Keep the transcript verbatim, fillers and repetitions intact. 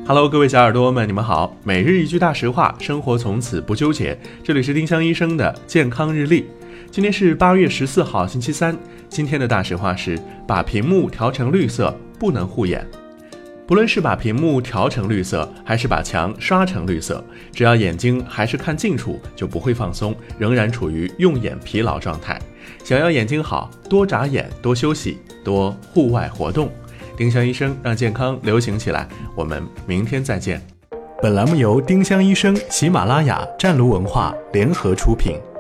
Hello， 各位小耳朵们，你们好。每日一句大实话，生活从此不纠结。这里是丁香医生的健康日历。今天是八月十四号，星期三。今天的大实话是：把屏幕调成绿色，不能护眼。不论是把屏幕调成绿色，还是把墙刷成绿色，只要眼睛还是看近处，就不会放松，仍然处于用眼疲劳状态。想要眼睛好，多眨眼，多休息，多户外活动。丁香医生让健康流行起来，我们明天再见。 本栏目由丁香医生、喜马拉雅、湛卢文化联合出品。